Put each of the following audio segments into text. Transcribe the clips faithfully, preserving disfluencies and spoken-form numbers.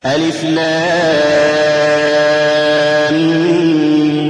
ألف لام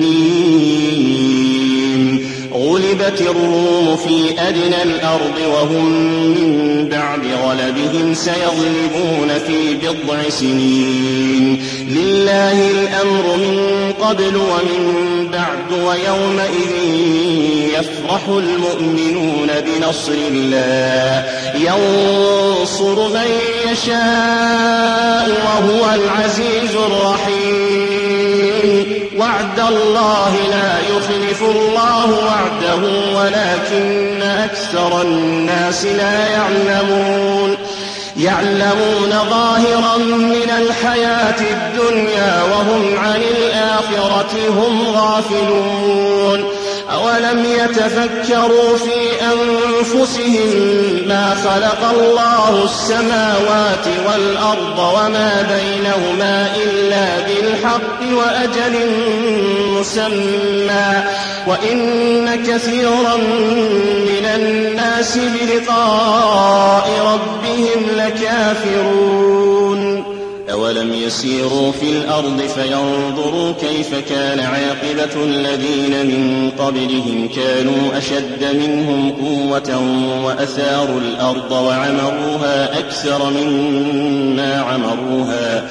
ميم. غلبت الروم في أدنى الأرض وهم من بعد غلبهم سيغلبون في بضع سنين. لله الأمر من قبل ومن بعد ويومئذ يفرح المؤمنون بنصر الله ينصر من يشاء وهو العزيز الرحيم. وعد الله لا يخلف الله وعده ولكن أكثر الناس لا يعلمون. يعلمون ظاهرا من الحياة الدنيا وهم عن الآخرة هم غافلون. أولم يتفكروا في أنفسهم ما خلق الله السماوات والأرض وما بينهما إلا بالحق وأجل مسمى وإن كثيرا من الناس بلقاء ربهم لكافرون. أولم يسيروا في الأرض فينظروا كيف كان عاقبة الذين من قبلهم كانوا أشد منهم قوة وأثاروا الأرض وعمروها أكثر مما عمروها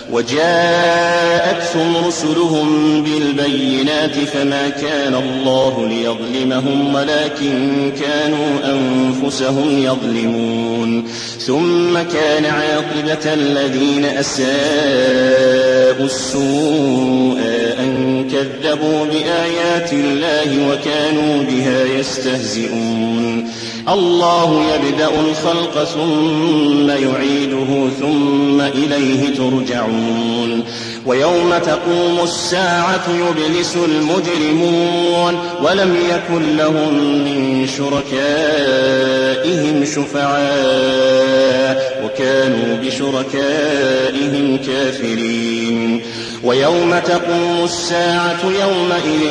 وجاءتهم رسلهم بالبينات فما كان الله ليظلمهم ولكن كانوا أنفسهم يظلمون. ثم كان عاقبة الذين أساءوا السوء أن كذبوا بآيات الله وكانوا بها يستهزئون. الله يبدأ الخلق ثم يعيده ثم إليه ترجعون. ويوم تقوم الساعة يبلس المجرمون ولم يكن لهم من شركائهم شفعاء وكانوا بشركائهم كافرين. ويوم تقوم الساعة يومئذ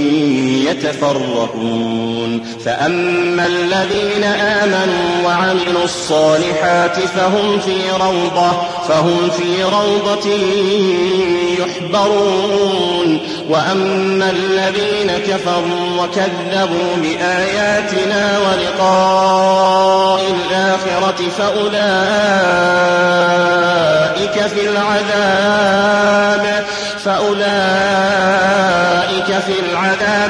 يتفرقون فأما الذين آمنوا وعملوا الصالحات فهم في روضة فهم في روضة يحبرون. وأما الذين كفروا وكذبوا بآياتنا ولقاء الآخرة فأولئك في العذاب فأولئك في العذاب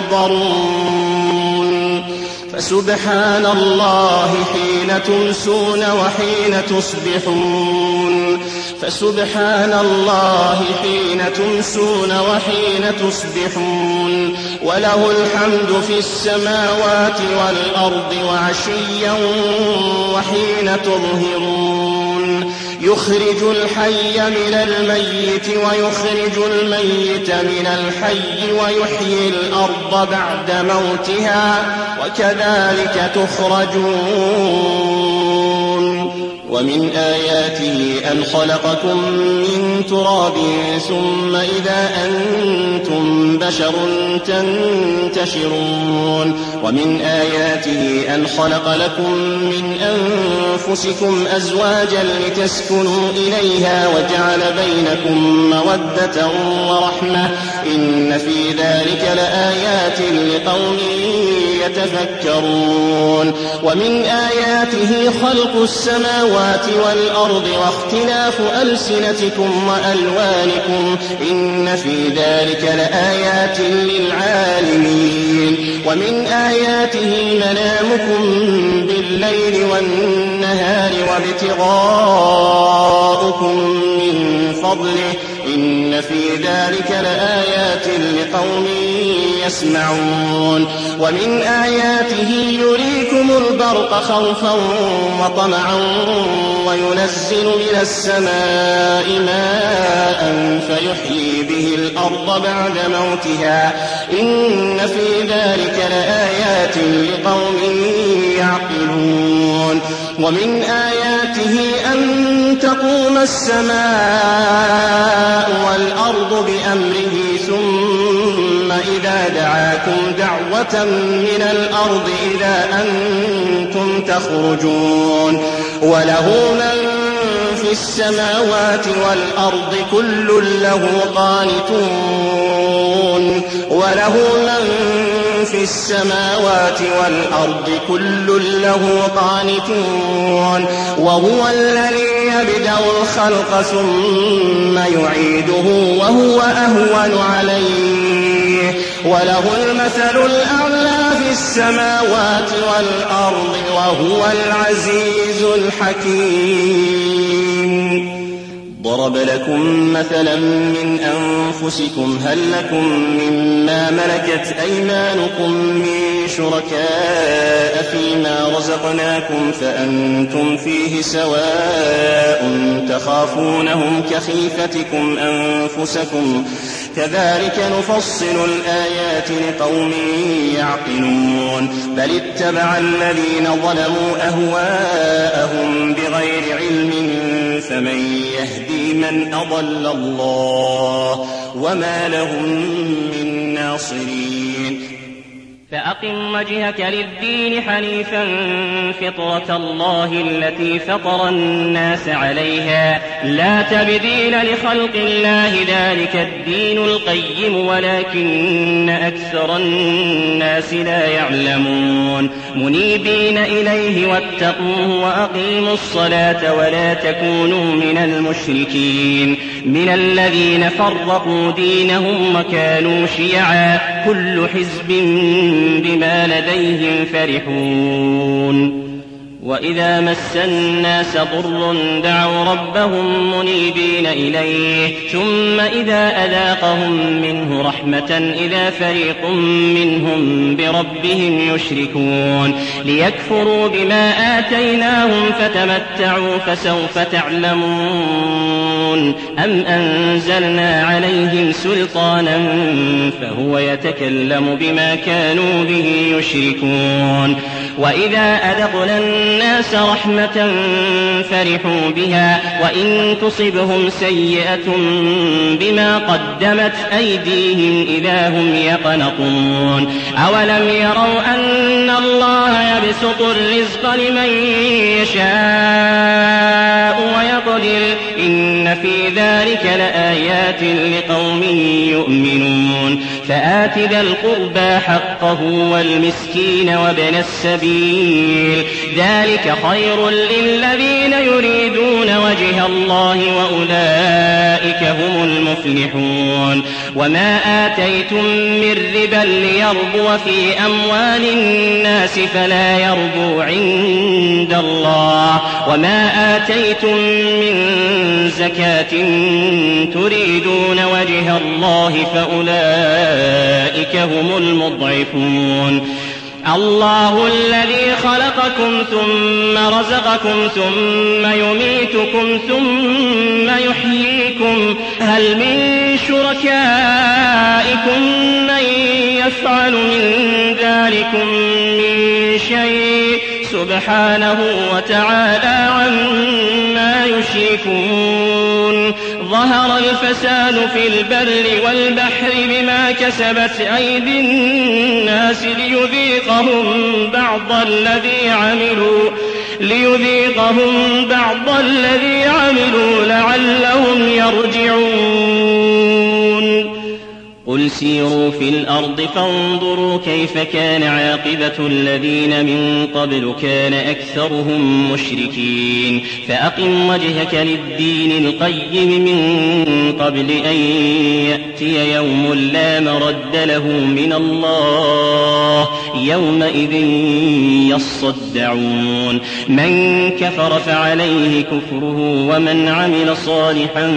محضرون. فسبحان الله حين تمسون وحين تصبحون فسبحان الله حين تمسون وحين تصبحون وله الحمد في السماوات والأرض وعشيا وحين تظهرون. يخرج الحي من الميت ويخرج الميت من الحي ويحيي الأرض بعد موتها وكذلك تخرجون. ومن آياته أن خلقكم من تراب ثم إذا أنتم بشر تنتشرون. ومن آياته أن خلق لكم من أنفسكم أزواجا لتسكنوا إليها وجعل بينكم مودة ورحمة إن في ذلك لآيات لقوم يتفكرون. ومن آياته خلق السماوات والأرض واختلاف ألسنتكم وألوانكم إن في ذلك لآيات للعالمين. ومن آياته منامكم بالليل والنهار وابتغاؤكم من فضله إن في ذلك لآيات لقوم يسمعون. ومن آياته يريكم البرق خوفا وطمعا وينزل من السماء ماء فيحيي به الأرض بعد موتها إن في ذلك لآيات لقوم يعقلون. ومن آياته أن تقوم السماء والأرض بأمره ثم إذا دعاكم دعوة من الأرض إذا أنتم تخرجون. وله من في في السماوات والأرض كل له قانتون وله من في السماوات والأرض كل له قانتون وهو الذي يبدأ الخلق ثم يعيده وهو أهون عليه وله المثل الأعلى في السماوات والأرض وهو العزيز الحكيم. ضرب لكم مثلا من أنفسكم هل لكم مما ملكت أيمانكم من شركاء فيما رزقناكم فأنتم فيه سواء تخافونهم كخيفتكم أنفسكم كذلك نفصل الآيات لقوم يعقلون. بل اتبع الذين ظلموا أهواءهم بغير علم فمن يهدي من أضل الله وما لهم من ناصرين. فأقم وجهك للدين حنيفا فطرة الله التي فطر الناس عليها لا تبديل لخلق الله ذلك الدين القيم ولكن أكثر الناس لا يعلمون. منيبين إليه واتقوه وأقيموا الصلاة ولا تكونوا من المشركين من الذين فرقوا دينهم وكانوا شيعا كل حزب بما لديهم فرحون. وإذا مس الناس ضر دعوا ربهم منيبين إليه ثم إذا أذاقهم منه رحمة إذا فريق منهم بربهم يشركون. ليكفروا بما آتيناهم فتمتعوا فسوف تعلمون. أم أنزلنا عليهم سلطانا فهو يتكلم بما كانوا به يشركون. وإذا أذقنا الناس رحمة فرحوا بها وإن تصبهم سيئة بما قدمت أيديهم إذا هم يقنطون. أولم يروا أن الله يبسط الرزق لمن يشاء ويقدر إن في ذلك لآيات لقوم يؤمنون. فآت ذا القربى حقه والمسكين وابن السبيل ذلك خير للذين يريدون وجه الله وأولئك هم المفلحون. وما آتيتم من ربا ليربو في أموال الناس فلا يربو عند الله وما آتيتم من زكاة تريدون وجه الله فأولئك هم المضعفون. الله الذي خلقكم ثم رزقكم ثم يميتكم ثم يحييكم هل من شركائكم من يفعل من ذلكم من شيء سبحانه وتعالى عما يشركون. ظهر الفساد في البر والبحر بما كسبت أيدي الناس ليذيقهم بعض الذي عملوا ليذيقهم بعض الذي عملوا لعلهم يرجعون. قل سيروا في الأرض فانظروا كيف كان عاقبة الذين من قبل كان أكثرهم مشركين. فأقم وجهك للدين القيم من قبل أن يأتي يوم لا مرد له من الله يومئذ يصدعون. من كفر فعليه كفره ومن عمل صالحا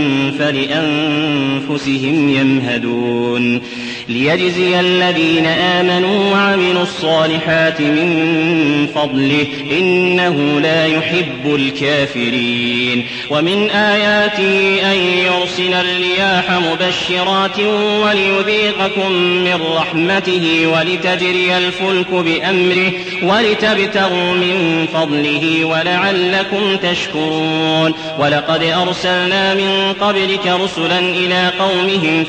فلأنفسهم يمهدون. ليجزي الذين آمنوا وعملوا الصالحات من فضله إنه لا يحب الكافرين. ومن آياته أن يرسل الرياح مبشرات وليذيقكم من رحمته ولتجري الفلك بأمره ولتبتغوا من فضله ولعلكم تشكرون. ولقد أرسلنا من قبلك رسلا إلى قومهم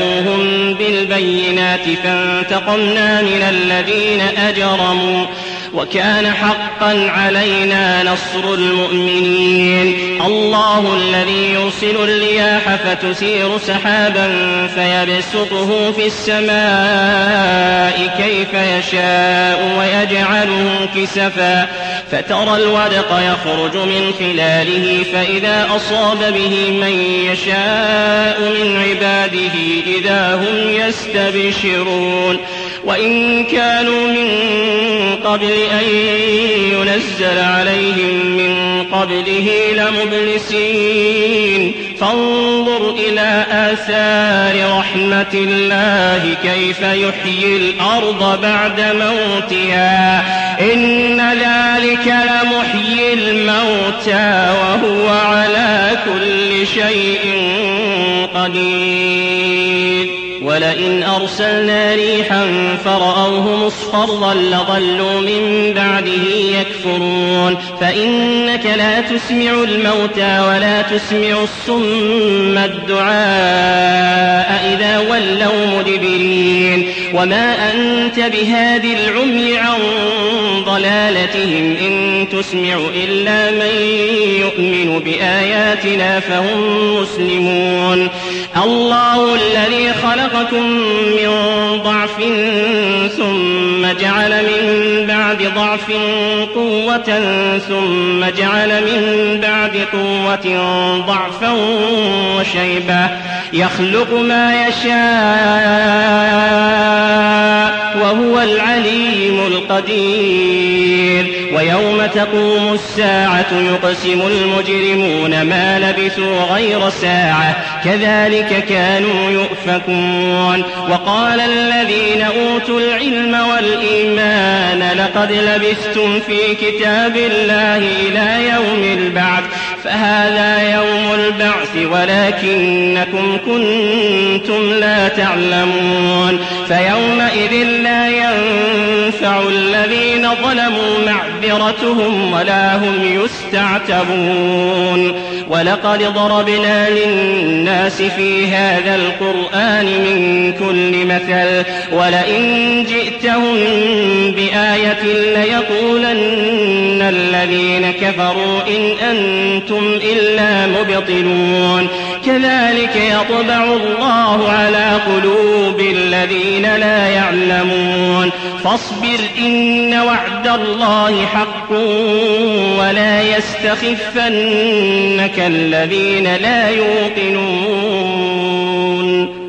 فجاءوهم بالبينات فانتقمنا من الذين أجرموا وكان حقا علينا نصر المؤمنين. الله الذي يرسل الرياح فتثير سحابا فيبسطه في السماء كيف يشاء ويجعله كسفا فترى الودق يخرج من خلاله فإذا أصاب به من يشاء من عباده إذا هم يستبشرون. وإن كانوا من قبل أن ينزل عليهم من قبله لمبلسين. فانظر إلى آثار رحمة الله كيف يحيي الأرض بعد موتها إن ذلك لمحيي الموتى وهو على كل شيء قدير. ولئن أرسلنا ريحا فرأوه مصفرا لظلوا من بعده يكفرون. فإنك لا تسمع الموتى ولا تسمع الصم الدعاء إذا ولوا مدبرين. وما أنت بهاد العمي عن ضلالتهم إن تسمع إلا من يؤمن بآياتنا فهم مسلمون. الله الذي خلقكم من ضعف ثم جعل من بعد ضعف قوة ثم جعل من بعد قوة ضعفا وشيبة يخلق ما يشاء وهو العليم القدير. ويوم تقوم الساعة يقسم المجرمون ما لبثوا غير ساعة كذلك كانوا يؤفكون. وقال الذين أوتوا العلم والإيمان لقد لبثتم في كتاب الله إلى يوم البعث فهذا يوم البعث ولكنكم كنتم لا تعلمون. فيومئذ لا ينفع الذين ظلموا معذرتهم ولا هم يستعتبون. ولقد ضربنا للناس في هذا القرآن من كل مثل ولئن جئتهم بآية ليقولن الذين كفروا إن أنتم إلا مبطلون. كذلك يطبع الله على قلوب الذين لا يعلمون. فاصبر إن وعد الله حق ولا يستخفنك الذين لا يوقنون.